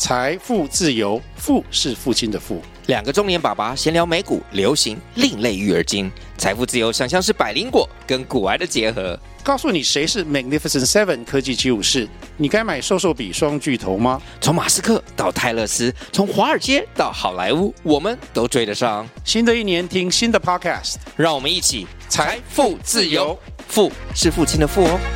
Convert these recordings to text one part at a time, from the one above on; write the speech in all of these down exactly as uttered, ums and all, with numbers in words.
财富自由，富是父亲的富。 两个中年爸爸闲聊美股、流行、另类育儿经。财富自由想象是百灵果跟股癌的结合。 告诉你谁是 Magnificent Seven 科技七武士，你该买瘦瘦比双巨头吗？ 从马斯克到泰勒斯，从华尔街到好莱坞，我们都追得上。 新的一年听新的 Podcast， 让我们一起财富自由， 富是父亲的富哦。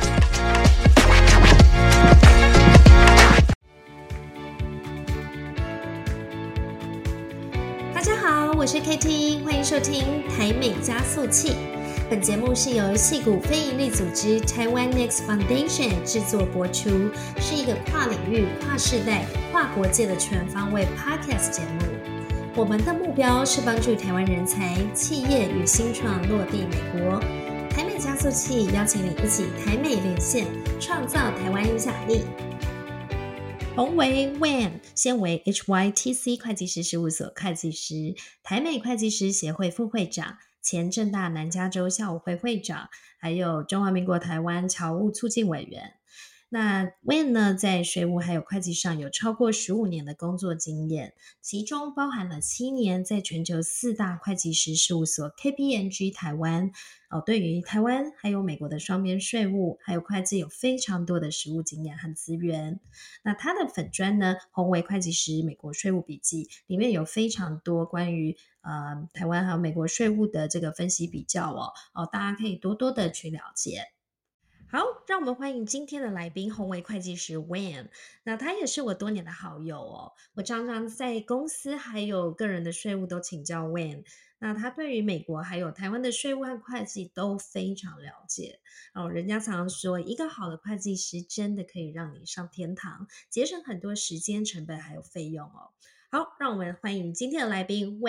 大家好，我是 K T， 欢迎收听台美加速器。本节目是由矽谷非营利组织 Taiwan Next Foundation 制作播出，是一个跨领域、跨世代、跨国界的全方位 Podcast 节目。我们的目标是帮助台湾人才、企业与新创落地美国。台美加速器邀请你一起台美连线，创造台湾影响力。宏维 Wan 现为 H Y T C 会计师事务所会计师，台美会计师协会副会长，前政大南加州校务会会长，还有中华民国台湾侨务促进委员。那 Wan 呢，在税务还有会计上有超过十五年的工作经验，其中包含了七年在全球四大会计师事务所 K P M G 台湾，哦，对于台湾还有美国的双边税务还有会计有非常多的实务经验和资源。那他的粉专呢，宏维会计师美国税务笔记里面有非常多关于呃台湾还有美国税务的这个分析比较哦，哦，大家可以多多的去了解。好，让我们欢迎今天的来宾，宏维会计师 Wan。那他也是我多年的好友哦，我常常在公司还有个人的税务都请教 Wan。那他对于美国还有台湾的税务和会计都非常了解哦。人家常常说，一个好的会计师真的可以让你上天堂，节省很多时间成本还有费用哦。好，让我们欢迎今天的来宾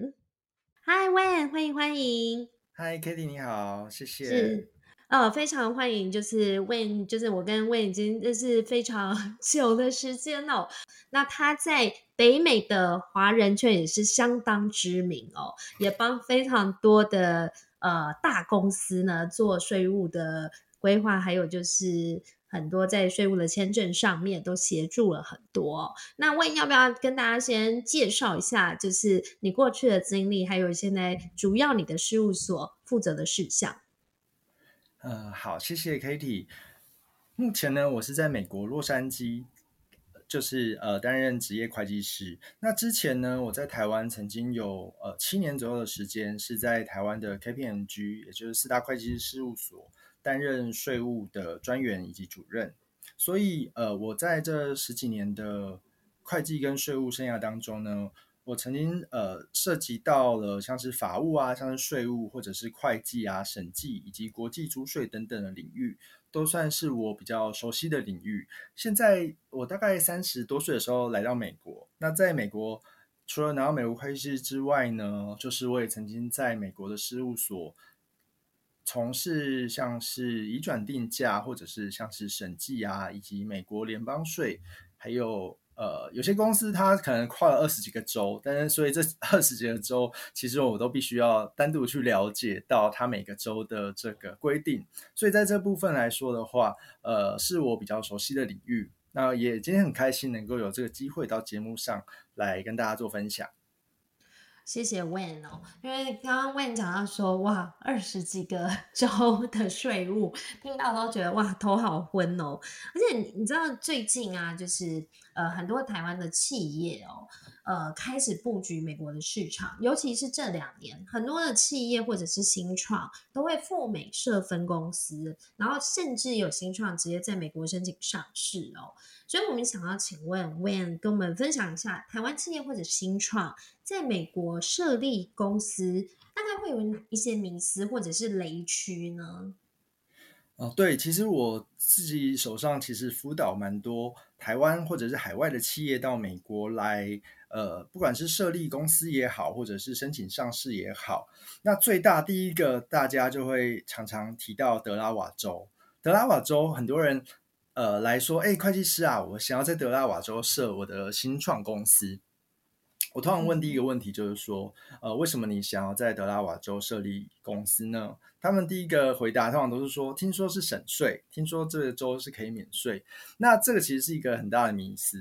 Wan。Hi Wan， 欢迎欢迎。 Hi Kitty， 你好，谢谢。 是。呃，非常欢迎，就是 Wan， 就是我跟 Wan 已经认识非常久的时间哦。那他在北美的华人圈也是相当知名哦，也帮非常多的呃大公司呢做税务的规划，还有就是很多在税务的签证上面都协助了很多哦。那Wan要不要跟大家先介绍一下，就是你过去的经历，还有现在主要你的事务所负责的事项？ 呃，好，谢谢 Katie。目前呢，我是在美国洛杉矶，就是呃担任职业会计师。那之前呢，我在台湾曾经有呃七年左右的时间，是在台湾的 K P M G， 也就是四大会计师事务所担任税务的专员以及主任。所以呃，我在这十几年的会计跟税务生涯当中呢，我曾经呃涉及到了像是法务啊，像是税务或者是会计啊、审计以及国际租税等等的领域，都算是我比较熟悉的领域。现在我大概三十多岁的时候来到美国，那在美国除了拿到美国会计师之外呢，就是我也曾经在美国的事务所从事像是移转定价，或者是像是审计啊，以及美国联邦税，还有呃，有些公司它可能跨了二十几个州，但是所以这二十几个州，其实我都必须要单独去了解到它每个州的这个规定。所以在这部分来说的话，呃，是我比较熟悉的领域。那也今天很开心能够有这个机会到节目上来跟大家做分享。 谢谢 Wan 哦，因为刚刚 Wan 讲到说，哇，二十几个州的税务，听到都觉得哇，头好昏哦。而且你知道最近啊，就是呃很多台湾的企业哦，呃开始布局美国的市场，尤其是这两年，很多的企业或者是新创都会赴美设分公司，然后甚至有新创直接在美国申请上市哦。所以我们想要请问 Wan 跟我们分享一下，台湾企业或者新创在美国设立公司，大概会有一些迷思或者是雷区呢？ 哦，对，其实我自己手上其实辅导蛮多台湾或者是海外的企业到美国来，呃，不管是设立公司也好，或者是申请上市也好，那最大第一个大家就会常常提到德拉瓦州。德拉瓦州很多人呃来说，哎，会计师啊，我想要在德拉瓦州设我的新创公司。我通常问第一个问题就是说，呃，为什么你想要在德拉瓦州设立公司呢？他们第一个回答通常都是说，听说是省税，听说这个州是可以免税。那这个其实是一个很大的迷思，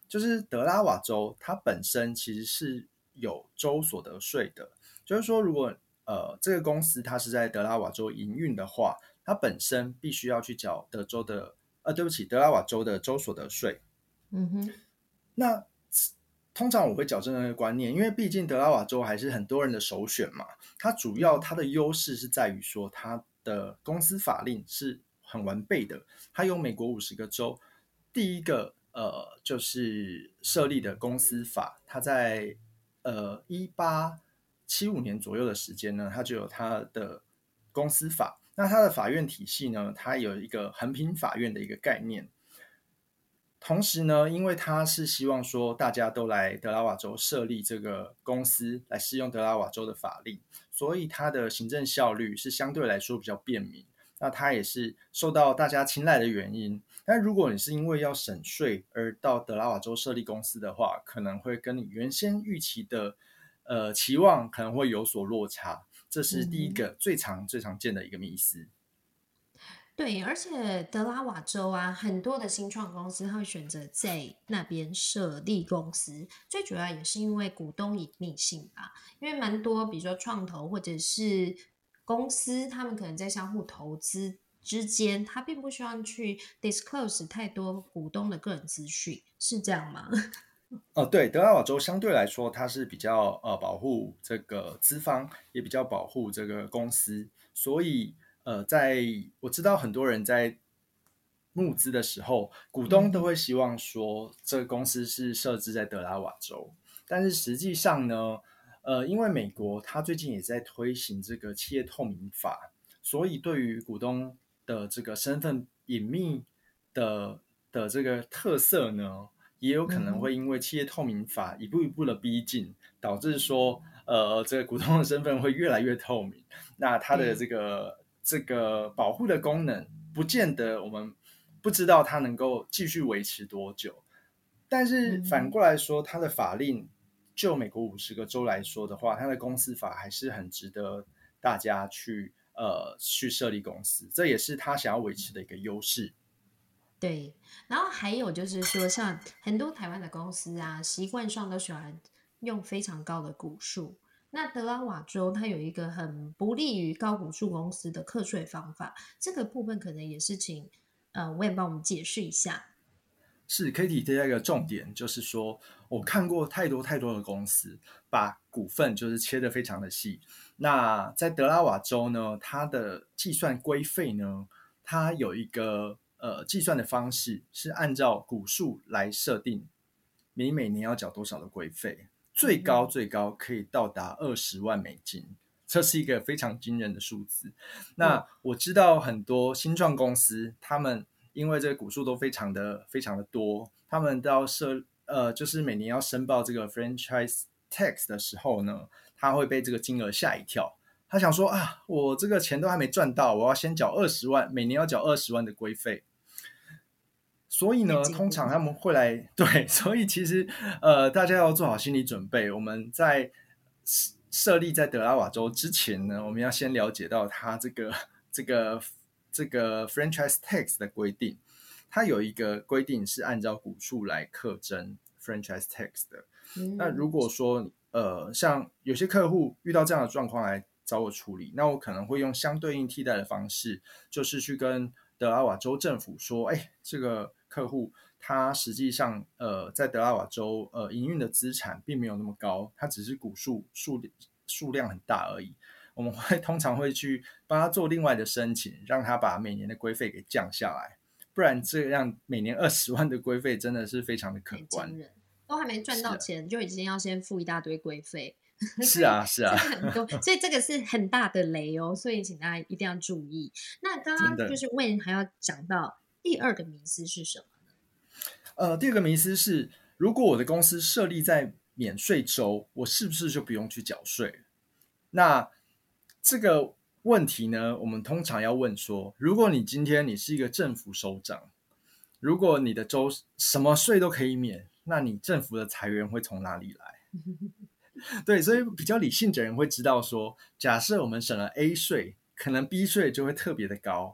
就是德拉瓦州它本身其实是有州所得税的，就是说如果呃这个公司它是在德拉瓦州营运的话，它本身必须要去缴德州的呃对不起德拉瓦州的州所得税。 嗯哼， 那通常我会矫正那个观念，因为毕竟德拉瓦州还是很多人的首选嘛。它主要它的优势是在于说，它的公司法令是很完备的。它有美国五十个州第一个呃就是设立的公司法，它在呃一八七五年左右的时间呢，它就有它的公司法。那它的法院体系呢，它有一个衡平法院的一个概念。同时呢，因为他是希望说大家都来德拉瓦州设立这个公司来适用德拉瓦州的法令，所以他的行政效率是相对来说比较便民。那他也是受到大家青睐的原因。但如果你是因为要省税而到德拉瓦州设立公司的话，可能会跟你原先预期的呃期望可能会有所落差。这是第一个最常最常见的一个迷思。 对，而且德拉瓦州啊，很多的新创公司他会选择在那边设立公司，最主要也是因为股东隐秘性吧。因为蛮多，比如说创投或者是公司，他们可能在相互投资之间，他并不希望去 disclose 太多股东的个人资讯，是这样吗？ 哦，对，德拉瓦州相对来说，它是比较呃保护这个资方，也比较保护这个公司，所以呃，在我知道很多人在募资的时候，股东都会希望说这个公司是设置在德拉瓦州，但是实际上呢，呃，因为美国它最近也在推行这个企业透明法，所以对于股东的这个身份隐秘的的这个特色呢，也有可能会因为企业透明法一步一步的逼近，导致说呃这个股东的身份会越来越透明，那它的这个这个保护的功能不见得我们不知道它能够继续维持多久。但是反过来说，它的法令就美国五十个州来说的话，它的公司法还是很值得大家去呃去设立公司，这也是他想要维持的一个优势。 对，然后还有就是说，像很多台湾的公司啊，习惯上都喜欢用非常高的股数。那德拉瓦州它有一个很不利于高股数公司的课税方法，这个部分可能也是请呃 Wayne 帮我们解释一下。 是 K T 这个重点，就是说我看过太多太多的公司把股份就是切得非常的细。那在德拉瓦州呢，它的计算规费呢，它有一个呃计算的方式是按照股数来设定，你每年要缴多少的规费，最高最高可以到达二十万美金。这是一个非常惊人的数字。那我知道很多新创公司，他们因为这个股数都非常的非常的多，他们都要设呃，就是每年要申报这个 franchise tax 的时候呢，他会被这个金额吓一跳。他想说啊，我这个钱都还没赚到，我要先缴二十万，每年要缴二十万的规费。所以呢，通常他们会来对，所以其实呃，大家要做好心理准备。我们在设立在德拉瓦州之前呢，我们要先了解到它这个这个这个 franchise tax 的规定。它有一个规定是按照股数来课征 franchise tax 的。嗯、那如果说呃，像有些客户遇到这样的状况来找我处理，那我可能会用相对应替代的方式，就是去跟德拉瓦州政府说，哎，这个客户他实际上呃在德拉瓦州呃营运的资产并没有那么高，他只是股数数数量很大而已。我们会通常会去帮他做另外的申请，让他把每年的规费给降下来，不然这样每年二十万的规费真的是非常的可观。 都还没赚到钱，就已经要先付一大堆规费。 是啊，是啊， 很多，所以这个是很大的雷哦，所以请大家一定要注意。那刚刚就是 Wayne 还要讲到第二个迷思是什么呢？ 呃，第二个迷思是，如果我的公司设立在免税州，我是不是就不用去缴税？那这个问题呢，我们通常要问说，如果你今天你是一个政府首长，如果你的州什么税都可以免，那你政府的财源会从哪里来？对，所以比较理性的人会知道说，假设我们省了 A 税，可能 B 税就会特别的高。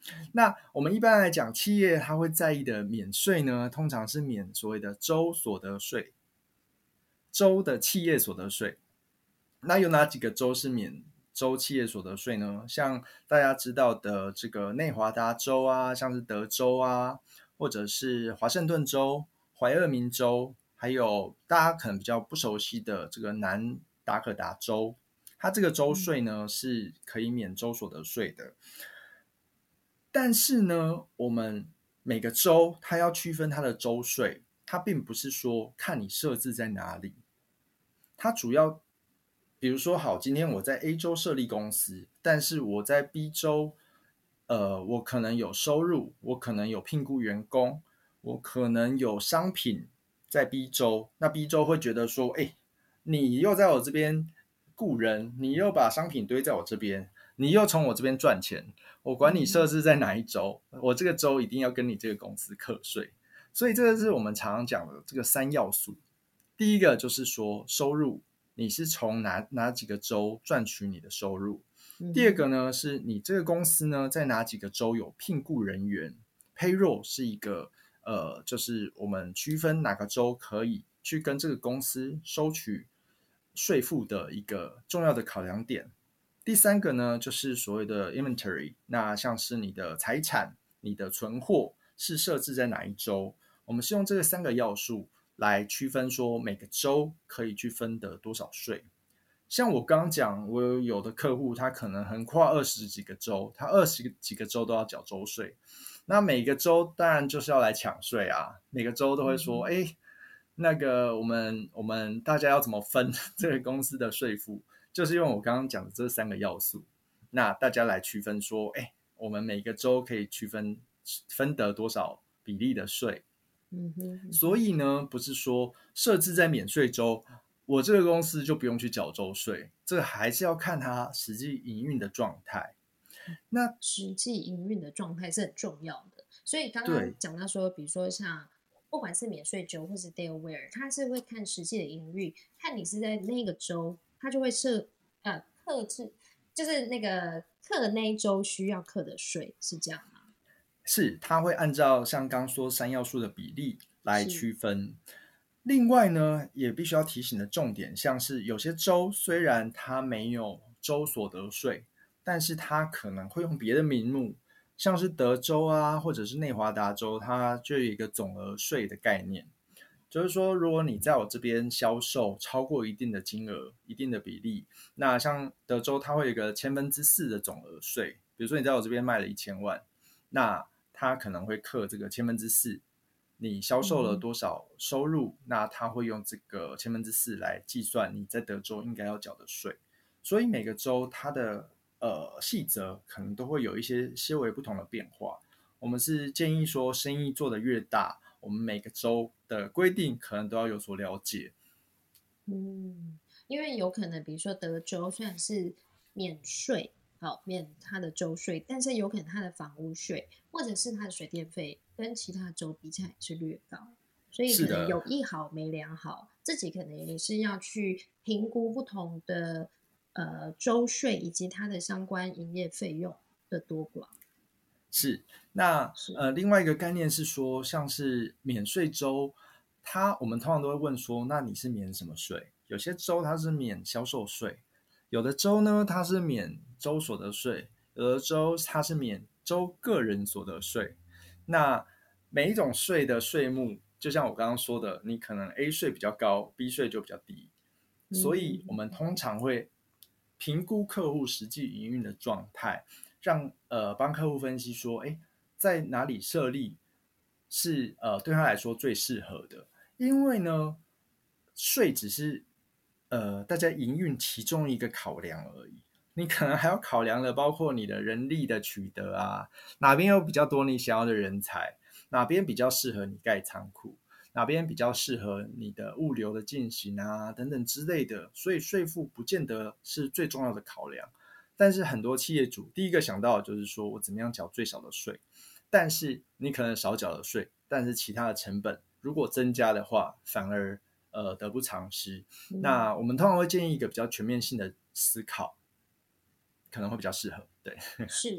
那我们一般来讲，企业它会在意的免税呢，通常是免所谓的州所得税，州的企业所得税。那有哪几个州是免州企业所得税呢？像大家知道的这个内华达州啊，像是德州啊，或者是华盛顿州、怀俄明州，还有大家可能比较不熟悉的这个南达科达州，它这个州税呢是可以免州所得税的。但是呢，我们每个州它要区分它的州税，它并不是说看你设置在哪里，它主要比如说好，今天我在 A 州设立公司，但是我在 B 州，呃，我可能有收入，我可能有聘雇员工，我可能有商品在 B 州，那 B 州会觉得说，哎，你又在我这边雇人，你又把商品堆在我这边，你又从我这边赚钱，我管你设置在哪一州，我这个州一定要跟你这个公司课税。所以这个是我们常常讲的这个三要素。第一个就是说收入，你是从哪哪几个州赚取你的收入。第二个呢，是你这个公司呢在哪几个州有聘雇人员。 payroll 是一个呃，就是我们区分哪个州可以去跟这个公司收取税负的一个重要的考量点。第三个呢，就是所谓的 inventory， 那像是你的财产、你的存货是设置在哪一州。我们是用这三个要素来区分说每个州可以去分得多少税。像我刚刚讲，我有的客户他可能横跨二十几个州，他二十几个州都要缴州税，那每个州当然就是要来抢税啊，每个州都会说，哎、嗯，那个我们我们大家要怎么分这个公司的税负，就是用我刚刚讲的这三个要素，那大家来区分说，哎，我们每个州可以区分分得多少比例的税。嗯哼，所以呢，不是说设置在免税州，我这个公司就不用去缴州税，这还是要看它实际营运的状态。 那实际营运的状态是很重要的，所以刚刚讲到说，比如说像不管是免税州或是 Delaware， 它是会看实际的营运，看你是在那个州，它就会设呃克制，就是那个克那一州需要课的税，是这样吗？ 是，它会按照像刚说三要素的比例来区分。另外呢，也必须要提醒的重点，像是有些州虽然它没有州所得税，但是它可能会用别的名目，像是德州啊，或者是内华达州，它就有一个总额税的概念，就是说如果你在我这边销售超过一定的金额、一定的比例，那像德州它会有一个千分之四的总额税，比如说你在我这边卖了一千万，那它可能会课这个千分之四，你销售了多少收入，嗯、那它会用这个千分之四来计算你在德州应该要缴的税。所以每个州它的呃细则可能都会有一些些微不同的变化。我们是建议说，生意做得越大，我们每个州的规定可能都要有所了解。 嗯，因为有可能，比如说德州虽然是免税。好，免它的州税，但是有可能它的房屋税或者是它的水电费跟其他州比起来是略高，所以可能有一好没两好，自己可能也是要去评估不同的呃州税以及它的相关营业费用的多寡。 是，那呃另外一个概念是说，像是免税州，它我们通常都会问说，那你是免什么税？有些州它是免销售税。有的州呢，它是免州所得税；有的州它是免州个人所得税。那每一种税的税目，就像我刚刚说的，你可能 A 税比较高 ，B 税就比较低。所以我们通常会评估客户实际营运的状态，让呃帮客户分析说，哎，在哪里设立是呃对他来说最适合的。因为呢，税只是呃，大家营运其中一个考量而已，你可能还要考量的包括你的人力的取得啊，哪边有比较多你想要的人才，哪边比较适合你盖仓库，哪边比较适合你的物流的进行啊，等等之类的，所以税负不见得是最重要的考量。但是很多企业主第一个想到的就是说我怎么样缴最少的税，但是你可能少缴了税，但是其他的成本如果增加的话，反而呃，得不偿失。嗯、那我们通常会建议一个比较全面性的思考，可能会比较适合。对， 是。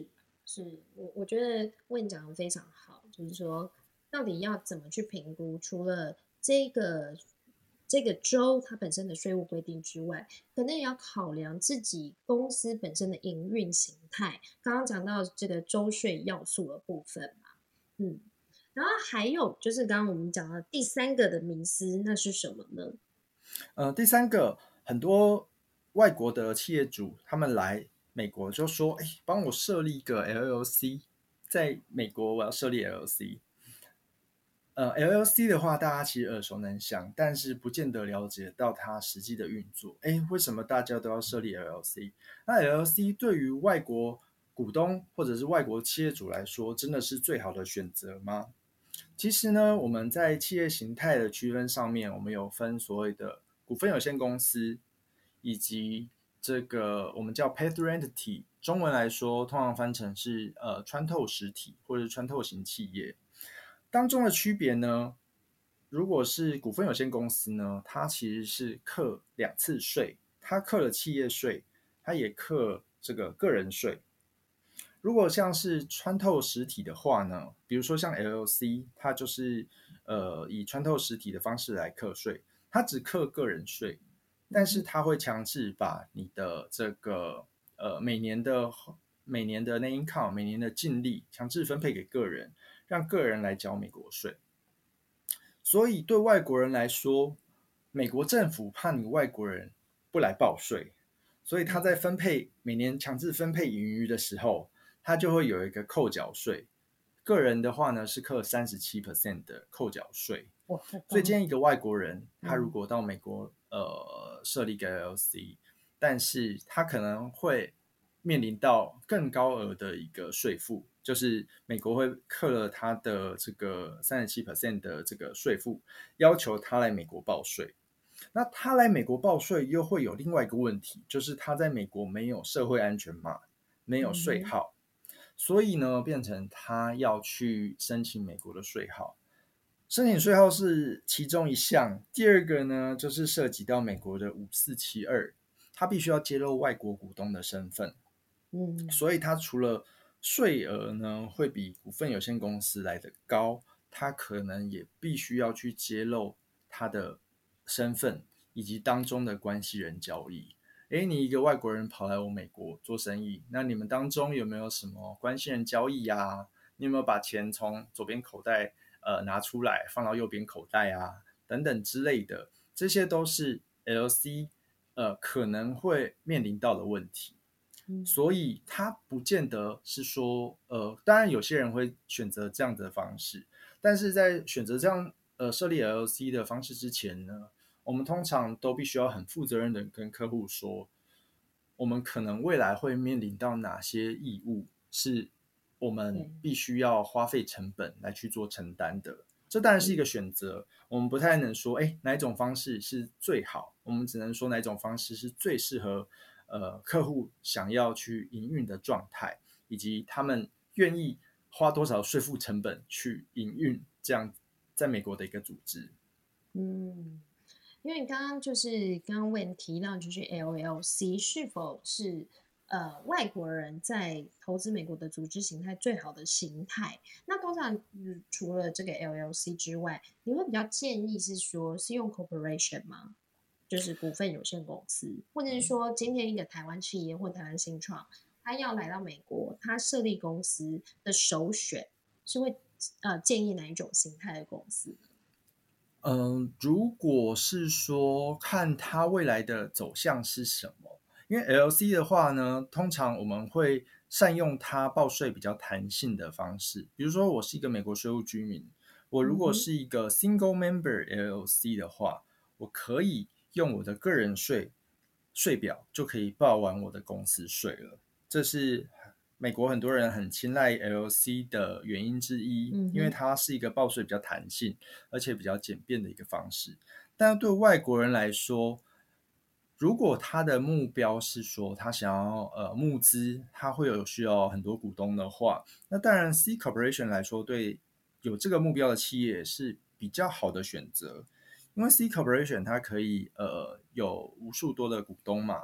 是我我觉得问讲的非常好，就是说到底要怎么去评估，除了这个这个州它本身的税务规定之外，可能也要考量自己公司本身的营运形态。刚刚讲到这个州税要素的部分嘛，嗯，然后还有就是刚刚我们讲的第三个的迷思，那是什么呢？ 呃，第三个，很多外国的企业主他们来美国就说：“哎，帮我设立一个 L L C， 在美国我要设立 L L C。”呃 ，L L C 的话，大家其实耳熟能详，但是不见得了解到它实际的运作。哎，为什么大家都要设立 L L C？ 那 L L C 对于外国股东或者是外国企业主来说，真的是最好的选择吗？其实呢，我们在企业形态的区分上面，我们有分所谓的股份有限公司，以及这个我们叫 pass-through entity， 中文来说通常翻成是呃穿透实体或者是穿透型企业。当中的区别呢，如果是股份有限公司呢，它其实是课两次税，它课了企业税，它也课这个个人税。如果像是穿透实体的话呢，比如说像 L L C， 它就是呃以穿透实体的方式来课税，它只课个人税，但是它会强制把你的这个呃每年的每年的 net income 每年的净利强制分配给个人，让个人来缴美国税。所以对外国人来说，美国政府怕你外国人不来报税，所以他在分配每年强制分配盈余的时候，他就会有一个扣缴税。个人的话呢是课 百分之三十七 的扣缴税。所以今天一个外国人，他如果到美国呃设立一个 L L C， 但是他可能会面临到更高额的一个税负，就是美国会课了他的这个 百分之三十七 的这个税负，要求他来美国报税。那他来美国报税又会有另外一个问题，就是他在美国没有社会安全码，没有税号，嗯、所以呢变成他要去申请美国的税号。申请税号是其中一项，第二个呢就是涉及到美国的五四七二，他必须要揭露外国股东的身份。嗯，所以它除了税额呢会比股份有限公司来得高，它可能也必须要去揭露它的身份以及当中的关系人交易。诶，你一个外国人跑来我美国做生意，那你们当中有没有什么关系人交易啊？你有没有把钱从左边口袋呃拿出来放到右边口袋啊？等等之类的，这些都是 L L C 呃可能会面临到的问题。所以他不见得是说，呃，当然有些人会选择这样的方式，但是在选择这样呃设立 L L C 的方式之前呢，我们通常都必须要很负责任的跟客户说，我们可能未来会面临到哪些义务是我们必须要花费成本来去做承担的。这当然是一个选择，我们不太能说，哎，哪一种方式是最好，我们只能说哪一种方式是最适合呃，客户想要去营运的状态，以及他们愿意花多少税负成本去营运这样在美国的一个组织。 嗯，因为刚刚就是刚刚问提到，就是 L L C 是否是呃外国人在投资美国的组织形态最好的形态？那通常、嗯、除了这个 L L C 之外，你会比较建议是说是用 corporation 吗？就是股份有限公司，或者是说今天一个台湾企业或台湾新创，他要来到美国，他设立公司的首选是会呃建议哪一种形态的公司呢？ 嗯、呃，如果是说看它未来的走向是什么，因为 L L C 的话呢，通常我们会善用它报税比较弹性的方式，比如说我是一个美国税务居民，我如果是一个 single member L L C 的话，我可以用我的个人税税表就可以报完我的公司税了，这是美国很多人很青睐 L L C 的原因之一，嗯、因为它是一个报税比较弹性而且比较简便的一个方式。但对外国人来说，如果他的目标是说他想要呃募资，他会有需要很多股东的话，那当然 C Corporation 来说对有这个目标的企业是比较好的选择。因为 C Corporation 它可以呃有无数多的股东嘛，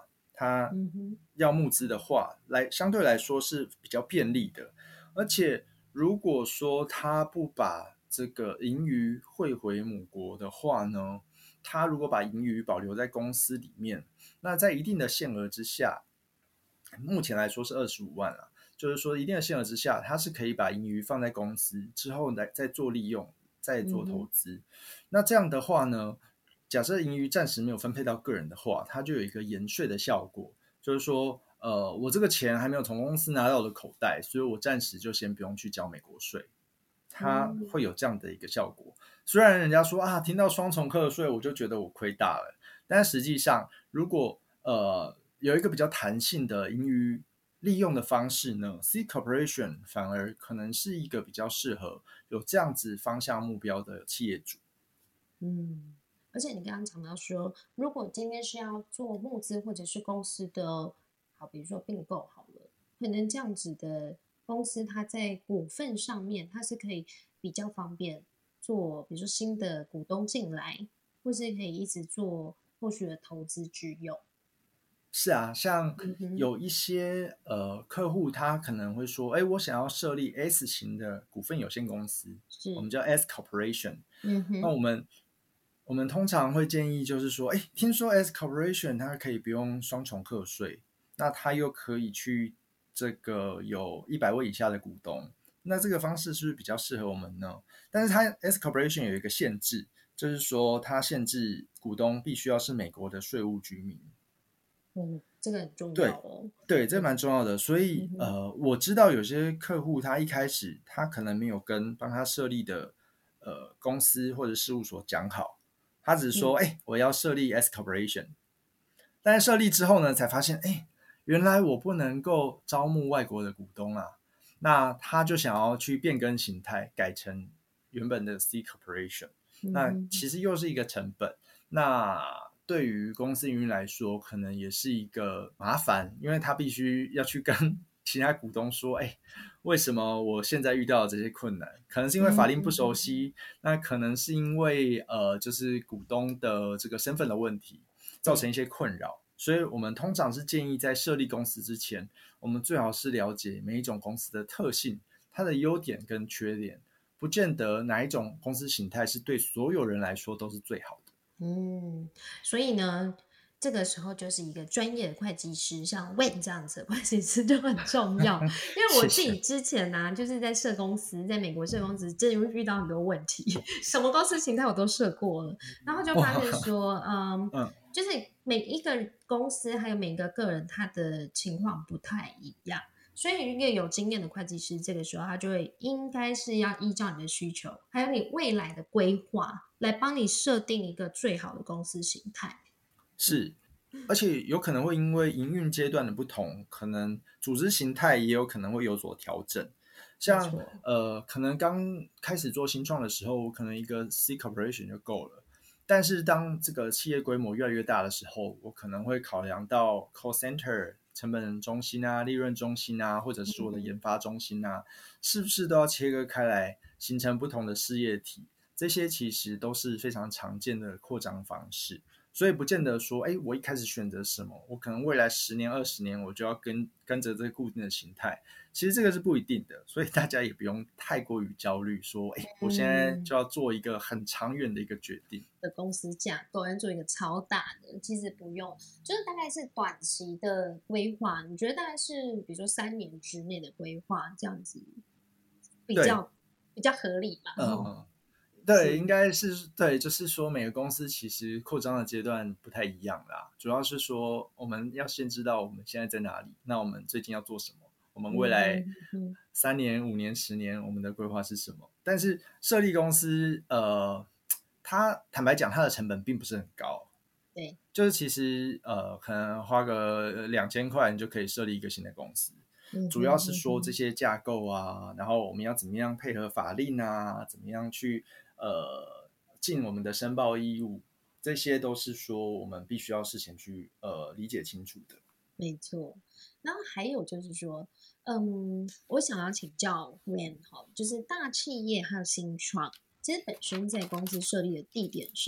它要募资的话，来相对来说是比较便利的。而且如果说他不把这个盈余汇回母国的话呢，他如果把盈余保留在公司里面，那在一定的限额之下，目前来说是二十五万啦，就是说一定的限额之下，他是可以把盈余放在公司之后来再做利用，再做投资。嗯、那这样的话呢，假设盈余暂时没有分配到个人的话，它就有一个延税的效果，就是说，呃，我这个钱还没有从公司拿到我的口袋，所以我暂时就先不用去缴美国税，它会有这样的一个效果。虽然人家说啊，听到双重课税我就觉得我亏大了，但实际上如果呃有一个比较弹性的盈余利用的方式呢 ，C Corporation 反而可能是一个比较适合有这样子方向目标的企业主。 嗯，而且你刚刚讲到说，如果今天是要做募资或者是公司的，好，比如说并购好了，可能这样子的公司，它在股份上面，它是可以比较方便做，比如说新的股东进来，或是可以一直做后续的投资之用。 是啊，像有一些、嗯、呃客户，他可能会说，哎，我想要设立 S 型的股份有限公司，我们叫 S Corporation。嗯哼，那我们我们通常会建议就是说，哎，听说 S Corporation 它可以不用双重课税，那它又可以去这个有一百位以下的股东，那这个方式是不是比较适合我们呢？但是它 S Corporation 有一个限制，就是说它限制股东必须要是美国的税务居民。 嗯，这个很重要哦。 对，对，这蛮重要的。所以、嗯、呃，我知道有些客户他一开始他可能没有跟帮他设立的呃公司或者事务所讲好，他只是说，哎、嗯欸，我要设立 S Corporation， 但是设立之后呢，才发现，哎、欸，原来我不能够招募外国的股东啊。那他就想要去变更形态，改成原本的 C Corporation，、嗯、那其实又是一个成本。那对于公司营运来说，可能也是一个麻烦，因为他必须要去跟其他股东说，哎，为什么我现在遇到这些困难？可能是因为法令不熟悉，嗯、那可能是因为呃，就是股东的这个身份的问题，造成一些困扰。所以我们通常是建议在设立公司之前，我们最好是了解每一种公司的特性，它的优点跟缺点，不见得哪一种公司形态是对所有人来说都是最好的。 嗯，所以呢，这个时候就是一个专业的会计师，像 Wayne 这样子的会计师就很重要。因为我自己之前呢、啊，就是在设公司，在美国设公司，真的会遇到很多问题，什么公司形态我都设过了，然后就发现说，嗯，嗯就是每一个公司还有每一个个人，他的情况不太一样。所以一个有经验的会计师，这个时候他就会应该是要依照你的需求，还有你未来的规划，来帮你设定一个最好的公司形态。 是，而且有可能会因为营运阶段的不同，可能组织形态也有可能会有所调整。像呃，可能刚开始做新创的时候，可能一个 C Corporation 就够了。但是当这个企业规模越来越大的时候，我可能会考量到 call center 成本中心啊、利润中心啊，或者是我的研发中心啊，是不是都要切割开来，形成不同的事业体？这些其实都是非常常见的扩张方式。所以不见得说，哎，我一开始选择什么，我可能未来十年、二十年我就要跟跟着这个固定的形态。其实这个是不一定的，所以大家也不用太过于焦虑，说，哎，我现在就要做一个很长远的一个决定。 的公司架构要做一个超大的，其实不用，就是大概是短期的规划。你觉得大概是比如说三年之内的规划，这样子比较比较合理嘛？ 嗯。对，应该是对，就是说每个公司其实扩张的阶段不太一样啦。主要是说我们要先知道我们现在在哪里，那我们最近要做什么，我们未来三年、五年、十年我们的规划是什么。但是设立公司，呃，它坦白讲，它的成本并不是很高。 对， 就是其实呃，可能花个两千块，你就可以设立一个新的公司。主要是说这些架构啊，然后我们要怎么样配合法令啊，怎么样去呃尽我们的申报义务，这些都是说我们必须要事前去呃理解清楚的。 没错，然后还有就是说，嗯，我想要请教 Wayne 哈，就是大企业还有新创，其实本身在公司设立的地点上，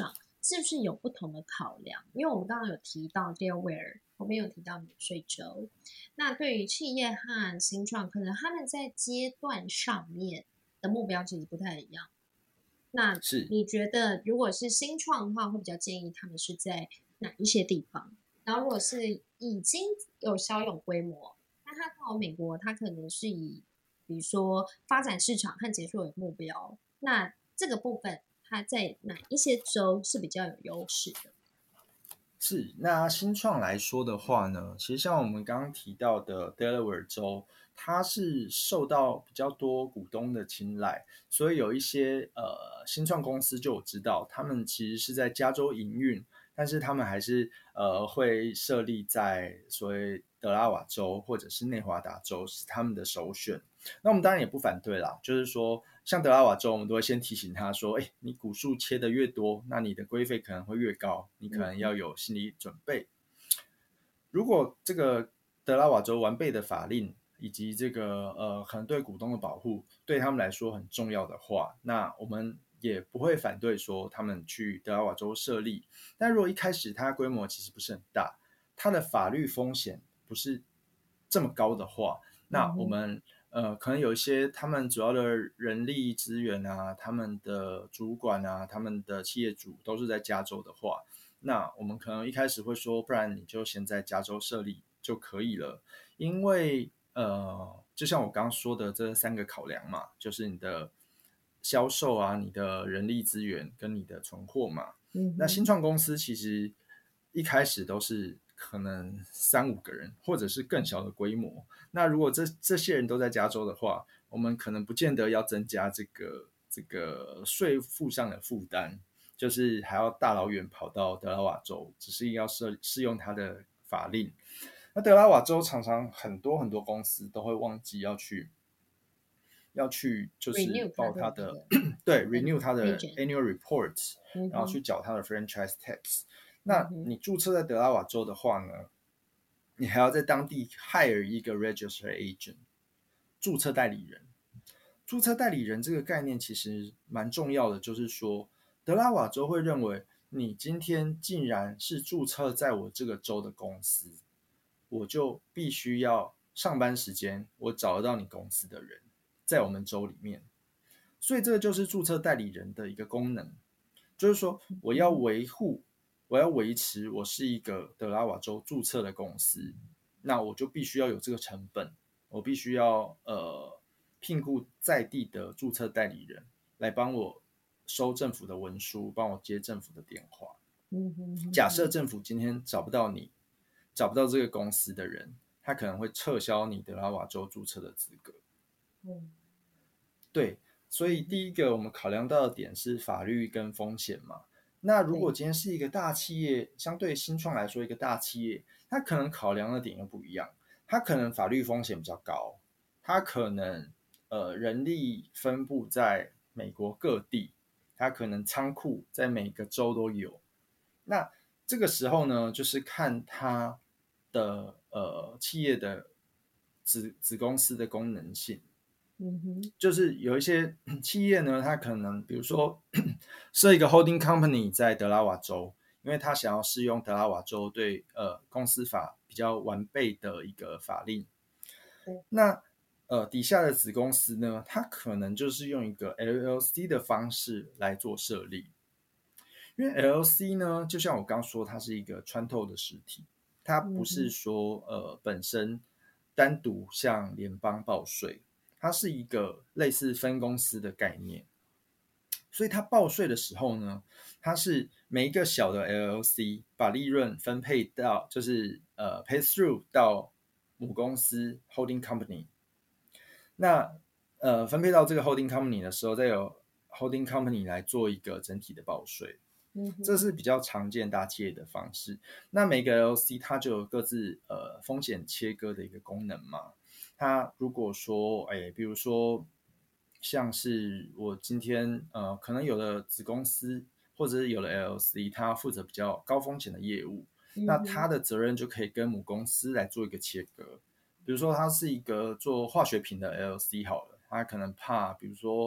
是不是有不同的考量？因为我们刚刚有提到 Delaware， 后面有提到免税州，那对于企业和新创，可能他们在阶段上面的目标其实不太一样。那是你觉得，如果是新创的话，会比较建议他们是在哪一些地方？然后，如果是已经有小有规模，那他到美国，他可能是以比如说发展市场和结束为目标。那这个部分，它在哪一些州是比较有优势的？ 是，那新创来说的话呢，其实像我们刚刚提到的 Delaware 州，它是受到比较多股东的青睐，所以有一些呃新创公司就我知道，他们其实是在加州营运，但是他们还是呃会设立在所谓德拉瓦州或者是内华达州是他们的首选。那我们当然也不反对啦，就是说像德拉瓦州，我们都会先提醒他说，哎，你股数切的越多，那你的规费可能会越高，你可能要有心理准备。如果这个德拉瓦州完备的法令以及这个呃可能对股东的保护对他们来说很重要的话，那我们也不会反对说他们去德拉瓦州设立。但如果一开始它规模其实不是很大，它的法律风险不是这么高的话，那我们呃，可能有一些他们主要的人力资源啊，他们的主管啊，他们的企业主都是在加州的话，那我们可能一开始会说，不然你就先在加州设立就可以了，因为呃，就像我刚刚说的这三个考量嘛，就是你的销售啊，你的人力资源跟你的存货嘛。嗯、那新创公司其实一开始都是可能三五个人，或者是更小的规模。那如果这这些人都在加州的话，我们可能不见得要增加这个这个税负上的负担，就是还要大老远跑到德拉瓦州，只是要适适用它的法令。那德拉瓦州常常很多很多公司都会忘记要去要去就是报它的对 renew 它的 annual report， 然后去缴它的 franchise tax。那你注册在德拉瓦州的话呢，你还要在当地 hire 一个 registered agent 注册代理人。注册代理人这个概念其实蛮重要的，就是说德拉瓦州会认为你今天竟然是注册在我这个州的公司，我就必须要上班时间我找得到你公司的人在我们州里面。所以这个就是注册代理人的一个功能，就是说我要维护我要维持我是一个德拉瓦州注册的公司，那我就必须要有这个成本，我必须要呃聘雇在地的注册代理人来帮我收政府的文书，帮我接政府的电话。假设政府今天找不到你，找不到这个公司的人，他可能会撤销你德拉瓦州注册的资格。对，所以第一个我们考量到的点是法律跟风险嘛。那如果今天是一个大企业，相对新创来说一个大企业，它可能考量的点又不一样，它可能法律风险比较高，它可能呃人力分布在美国各地，它可能仓库在每个州都有。那这个时候呢，就是看它的呃企业的子子公司的功能性。嗯哼，就是有一些企业呢，它可能比如说设一个 holding company 在德拉瓦州，因为它想要适用德拉瓦州对呃公司法比较完备的一个法令。那呃底下的子公司呢，它可能就是用一个 L L C 的方式来做设立。因为 L L C 呢，就像我刚说，它是一个穿透的实体，它不是说呃本身单独向联邦报税。它是一个类似分公司的概念，所以它报税的时候呢，它是每一个小的 L L C 把利润分配到，就是呃 pay through 到母公司 holding company。那呃分配到这个 holding company 的时候，再由 holding company 来做一个整体的报税。这是比较常见大企业的方式。那每个 L L C 它就有各自呃风险切割的一个功能嘛。它如果说，哎，比如说，像是我今天呃，可能有的子公司或者是有的 L L C， 它负责比较高风险的业务，嗯、那它的责任就可以跟母公司来做一个切割。比如说，它是一个做化学品的 L L C 好了，它可能怕，比如说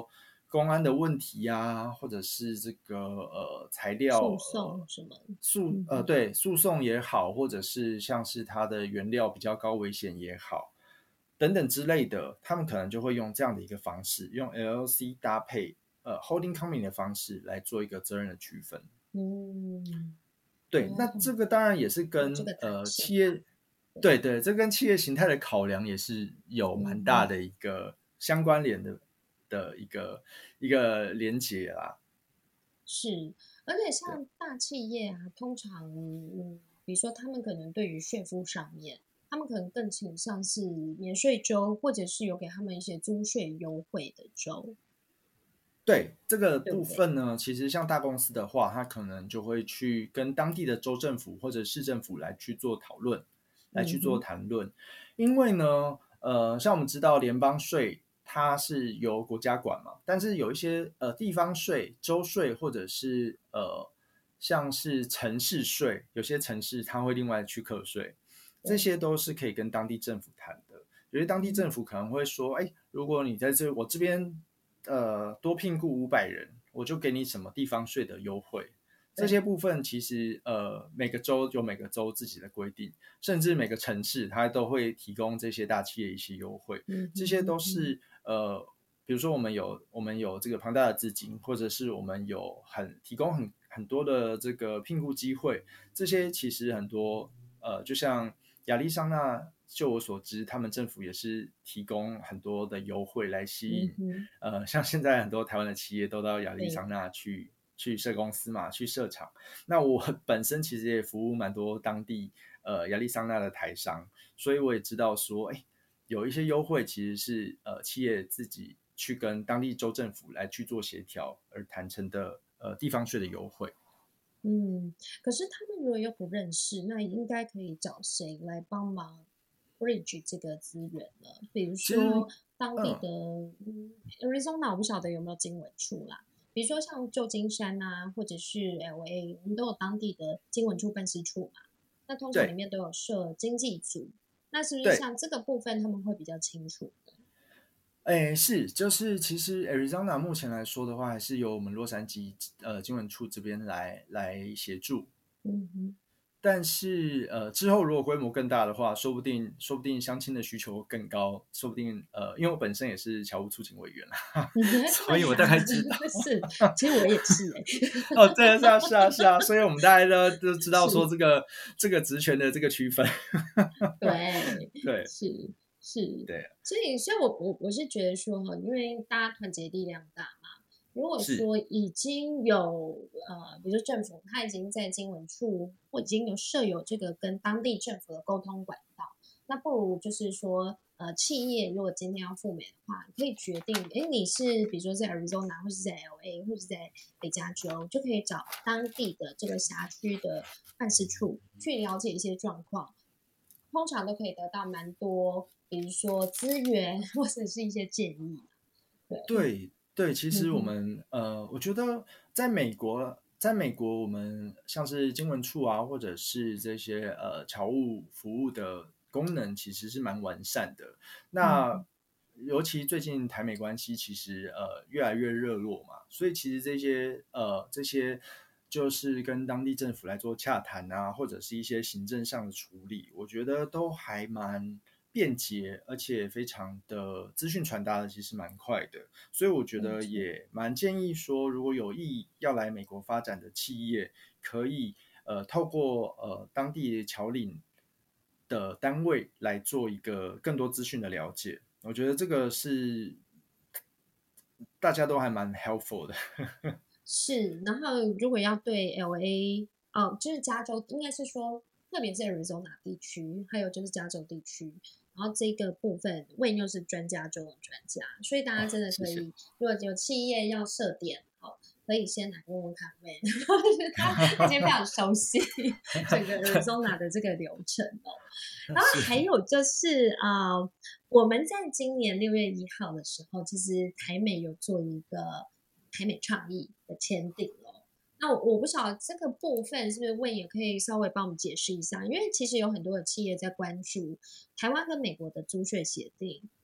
公安的问题啊，或者是这个呃材料诉讼什么诉呃对诉讼也好，或者是像是它的原料比较高危险也好，等等之类的，他们可能就会用这样的一个方式，用 L L C 搭配呃 holding company 的方式来做一个责任的区分。 嗯， 对， 哦那这个当然也是跟这个呃弹性企业，对对，这跟企业形态的考量也是有蛮大的一个相关联的的一个一个连结啦。 是，而且像大企业啊，通常嗯，比如说他们可能对于税负上面，他们可能更倾向是免税州，或者是有给他们一些租税优惠的州。 对这个部对不对分呢，其实像大公司的话，它可能就会去跟当地的州政府或者市政府来去做讨论，来去做谈论。因为呢，呃，像我们知道联邦税它是由国家管嘛，但是有一些呃地方税、州税或者是呃像是城市税，有些城市它会另外去课税，这些都是可以跟当地政府谈的。有些当地政府可能会说，哎，如果你在这我这边呃多聘雇五百人，我就给你什么地方税的优惠。这些部分其实呃每个州有每个州自己的规定，甚至每个城市它都会提供这些大企业一些优惠。 嗯， 这些都是呃比如说我们有我们有这个庞大的资金，或者是我们有很提供很很多的这个聘雇机会，这些其实很多呃就像亚利桑那，就我所知，他们政府也是提供很多的优惠来吸引， 嗯呃，像现在很多台湾的企业都到亚利桑那去去设公司嘛，去设厂。那我本身其实也服务蛮多当地呃亚利桑那的台商，所以我也知道说，哎，有一些优惠其实是呃企业自己去跟当地州政府来去做协调而谈成的呃地方税的优惠。 嗯，可是他们如果又不认识，那应该可以找谁来帮忙 bridge 这个资源呢？比如说当地的、嗯、Arizona，我不晓得有没有经文处啦。比如说像旧金山啊，或者是 L A， 我们都有当地的经文处办事处嘛。那通常里面都有设经济组，那是不是像这个部分他们会比较清楚的？ 哎，是，就是其实 Arizona 目前来说的话，还是由我们洛杉矶呃经文处这边来来协助。 嗯哼。 但是呃之后如果规模更大的话，说不定说不定相亲的需求更高，说不定呃因为我本身也是侨务促进委员啦，所以我大概知道。 是，其实我也是哎、 欸。哦，对，是啊，是啊，是啊，所以我们大家都都知道说这个这个职权的这个区分。 对对， 是。是， 对， 所以，所以我我我是觉得说哈，因为大家团结力量大嘛。如果说已经有呃，比如说政府他已经在经文处或已经有设有这个跟当地政府的沟通管道，那不如就是说呃，企业如果今天要赴美的话，可以决定，哎，你是比如说在 Arizona 或是在 L A 或是在北加州，就可以找当地的这个辖区的办事处去了解一些状况。通常都可以得到蛮多，比如说资源或者是一些建议。对对对，其实我们、嗯、呃，我觉得在美国，在美国我们像是经文处啊，或者是这些呃侨务服务的功能，其实是蛮完善的。那、嗯、尤其最近台美关系其实呃越来越热络嘛，所以其实这些呃这些。就是跟当地政府来做洽谈啊，或者是一些行政上的处理，我觉得都还蛮便捷，而且非常的资讯传达的其实蛮快的，所以我觉得也蛮建议说，如果有意要来美国发展的企业，可以呃透过呃当地侨领的单位来做一个更多资讯的了解，我觉得这个是大家都还蛮 helpful 的。 是，然后如果要对 L A 哦，就是加州，应该是说，特别是 Arizona 地区，还有就是加州地区，然后这个部分Wayne又是专家中的专家，所以大家真的可以，哦、谢谢如果有企业要设点，哦，可以先来问问看 Wayne， 他他今天非常熟悉整个 Arizona 的这个流程哦。然后还有就是啊、呃，我们在今年六月一号的时候，其实台美有做一个。台美倡议的签订了，那我我不晓得这个部分是不是Wayne也可以稍微帮我们解释一下，因为其实有很多的企业在关注台湾跟美国的租税协定，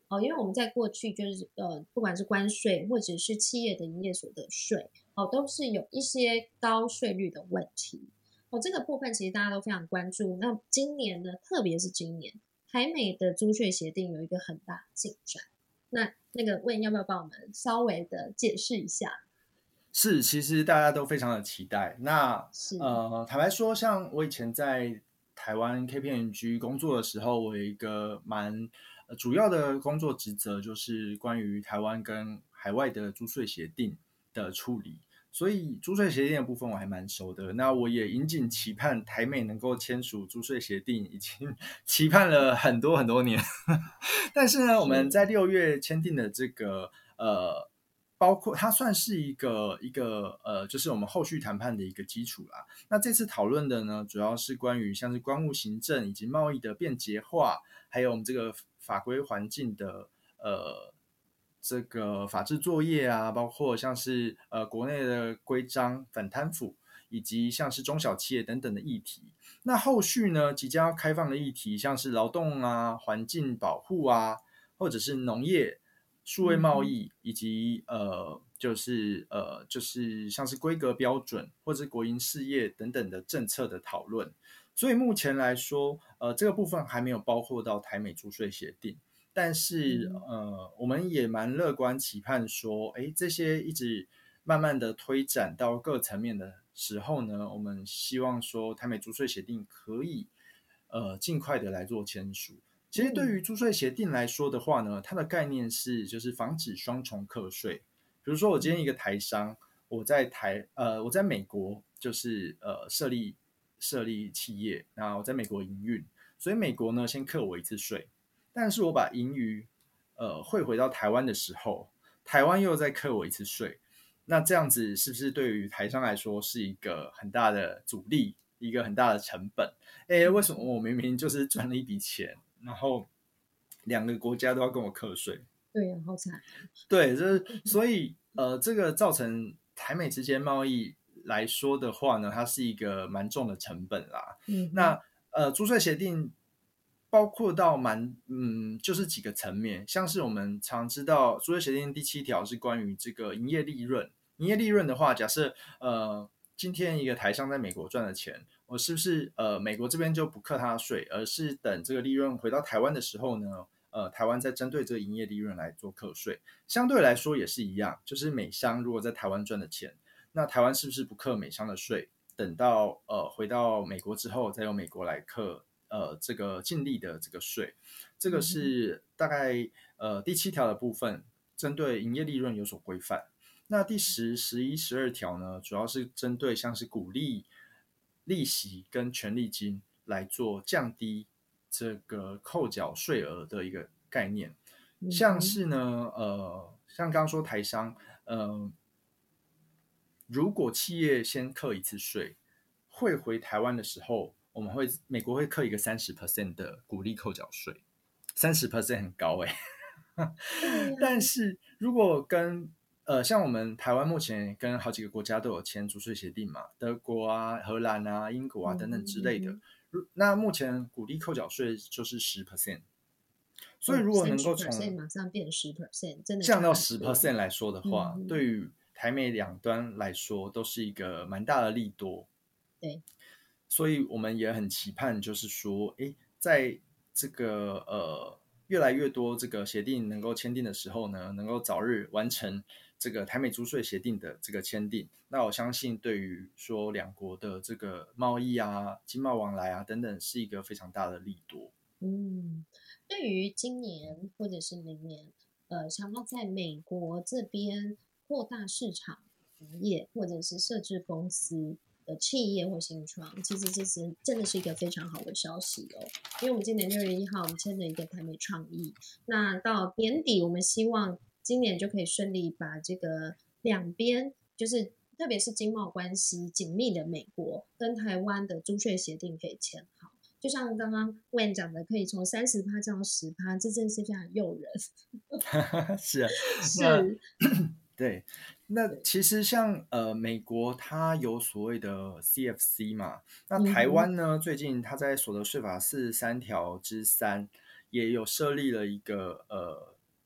哦，因为我们在过去就是呃，不管是关税或者是企业的营业所得税，哦，都是有一些高税率的问题。哦，这个部分其实大家都非常关注。那今年呢，特别是今年，台美的租税协定有一个很大的进展。那那个问要不要帮我们稍微的解释一下？ 是，其实大家都非常的期待。那呃，坦白说，像我以前在台湾 K P M G 工作的时候，我有一个蛮、呃、主要的工作职责，就是关于台湾跟海外的租税协定的处理。所以租税协定的部分我还蛮熟的。那我也引颈期盼台美能够签署租税协定，已经期盼了很多很多年。但是呢，我们在六月签订的这个呃。包括它算是一个一个呃，就是我们后续谈判的一个基础啦。那这次讨论的呢，主要是关于像是关务行政以及贸易的便捷化，还有我们这个法规环境的呃这个法制作业啊，包括像是呃国内的规章、反贪腐，以及像是中小企业等等的议题。那后续呢，即将要开放的议题，像是劳动啊、环境保护啊，或者是农业。数位贸易以及呃，就是呃，就是像是规格标准或者是国营事业等等的政策的讨论，所以目前来说，呃，这个部分还没有包括到台美租税协定，但是呃，我们也蛮乐观期盼说，哎，这些一直慢慢的推展到各层面的时候呢，我们希望说台美租税协定可以呃尽快的来做签署。其实对于租税协定来说的话呢，它的概念是就是防止双重课税。比如说我今天一个台商，我在台呃我在美国就是呃设立设立企业，那我在美国营运，所以美国呢先课我一次税，但是我把盈余呃汇回到台湾的时候，台湾又再课我一次税。那这样子是不是对于台商来说是一个很大的阻力，一个很大的成本？哎，为什么我明明就是赚了一笔钱？然后两个国家都要跟我课税， 对呀，好惨。 对，就是所以呃，这个造成台美之间贸易来说的话呢，它是一个蛮重的成本啦。 嗯， 那呃，租税协定包括到蛮嗯，就是几个层面，像是我们常知道租税协定第七条是关于这个营业利润，营业利润的话，假设呃今天一个台商在美国赚的钱。我是不是呃美国这边就不课他的税，而是等这个利润回到台湾的时候呢，呃台湾再针对这个营业利润来做课税，相对来说也是一样，就是美商如果在台湾赚的钱，那台湾是不是不课美商的税？等到呃回到美国之后，再由美国来课呃这个净利的这个税，这个是大概呃第七条的部分，针对营业利润有所规范。那第十、十一、十二条呢，主要是针对像是鼓励。利息跟权利金来做降低这个扣缴税额的一个概念，像是呢，呃，像刚刚说台商，呃，如果企业先课一次税，汇回台湾的时候，我们会美国会课一个三十 percent 的鼓励扣缴税，三十 percent 很高哎、欸，但是如果跟呃，像我们台湾目前跟好几个国家都有签租税协定嘛，德国啊、荷兰啊、英国啊等等之类的。嗯嗯嗯、那目前鼓励扣缴税就是 百分之十， 所以如果能够从马上变 百分之十， 真的降到 百分之十 来说的话， 嗯嗯对于台美两端来说都是一个蛮大的利多。 对， 所以我们也很期盼，就是说，诶，在这个呃越来越多这个协定能够签订的时候呢，能够早日完成。这个台美租税协定的这个签订，那我相信对于说两国的这个贸易啊、经贸往来啊等等，是一个非常大的利多。 嗯，对于今年或者是明年，呃，想要在美国这边扩大市场营业，或者是设置公司的企业或新创，其实这是真的是一个非常好的消息哦。因为我们今年六月一号，我们签了一个台美创意，那到年底，我们希望。今年就可以顺利把这个两边，就是特别是经贸关系紧密的美国跟台湾的租税协定可以签好。就像刚刚 Wayne 讲的，可以从 百分之三十 降到 百分之十， 这真的是非常诱人。 是啊， 是， 对。那其实像呃美国它有所谓的 C F C 嘛，那台湾呢、嗯、最近它在所得税法四十三条之三也有设立了一个呃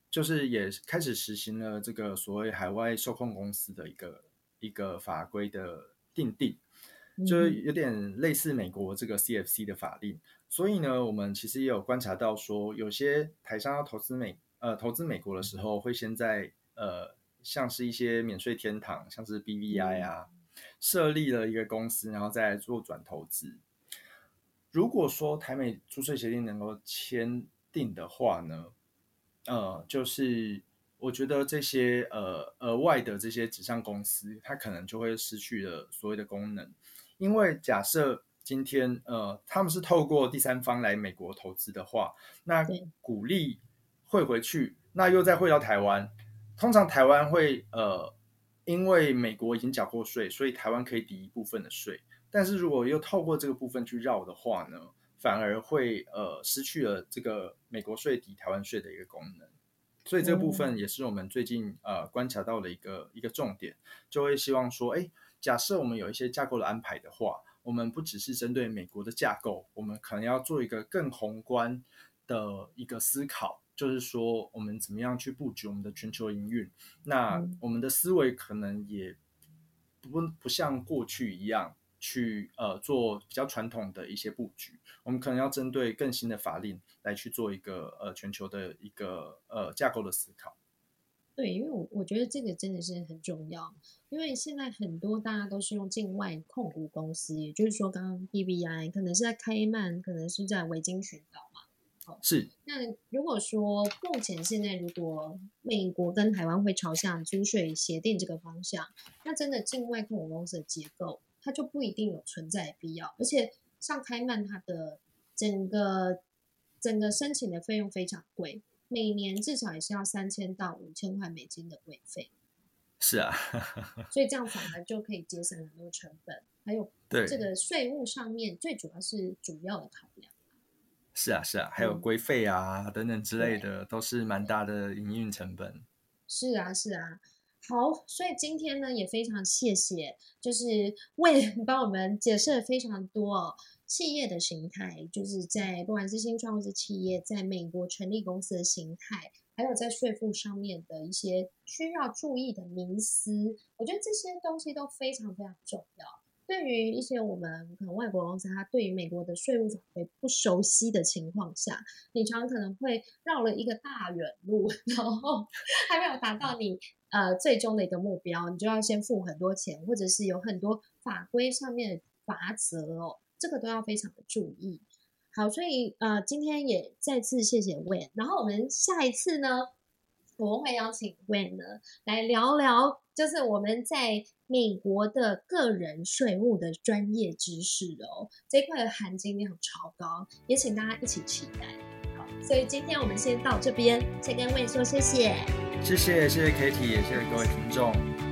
就是也开始实行了这个所谓海外受控公司的一个一个法规的订定，就有点类似美国这个 C F C 的法令。所以呢，我们其实也有观察到说，有些台商要投资美呃投资美国的时候，会先在呃像是一些免税天堂，像是 B V I 啊，设立了一个公司，然后再来做转投资。如果说台美租税协定能够签订的话呢，呃，就是我觉得这些呃额外的这些纸上公司，它可能就会失去了所谓的功能，因为假设今天呃他们是透过第三方来美国投资的话，那股利汇回去，那又再汇到台湾，通常台湾会呃因为美国已经缴过税，所以台湾可以抵一部分的税。但是如果又透过这个部分去绕的话呢，反而会呃失去了这个美国税抵台湾税的一个功能。所以这个部分也是我们最近呃观察到的一个一个重点，就会希望说，哎，假设我们有一些架构的安排的话，我们不只是针对美国的架构，我们可能要做一个更宏观的一个思考，就是说我们怎么样去布局我们的全球营运。那我们的思维可能也不不像过去一样去呃做比较传统的一些布局，我们可能要针对更新的法令来去做一个呃全球的一个呃架构的思考。 对，因为我我觉得这个真的是很重要，因为现在很多大家都是用境外控股公司，也就是说刚刚 B V I 可能是在开曼，可能是在维京群岛嘛。 是。 那如果说目前现在如果美国跟台湾会朝向租税协定这个方向，那真的境外控股公司的结构它就不一定有存在的必要，而且像开曼它的整个整个申请的费用非常贵，每年至少也是要三千到五千块美金的规费。 是啊， 所以这样反而就可以节省很多成本，还有这个税务上面最主要是主要的考量。 是啊是啊，还有规费啊、嗯、等等之类的，都是蛮大的营运成本。 是啊是啊。好，所以今天呢也非常谢谢，就是为帮我们解释了非常多哦，企业的形态，就是在不管是新创或是企业在美国成立公司的形态，还有在税负上面的一些需要注意的迷思，我觉得这些东西都非常非常重要。对于一些我们可能外国公司，他对于美国的税务法规不熟悉的情况下，你常常可能会绕了一个大远路，然后还没有达到你呃最终的一个目标，你就要先付很多钱，或者是有很多法规上面的罚则哦，这个都要非常的注意。好，所以呃今天也再次谢谢 Wayne， 然后我们下一次呢，我们会邀请 Wayne 呢来聊聊，就是我们在美国的个人税务的专业知识哦，这一块的含金量超高，也请大家一起期待。好，所以今天我们先到这边，先跟 Wayne 说谢谢， 谢谢谢谢 Katie， 也谢谢各位听众，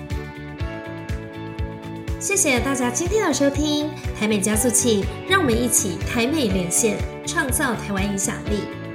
谢谢大家今天的收听，台美加速器，让我们一起台美连线，创造台湾影响力。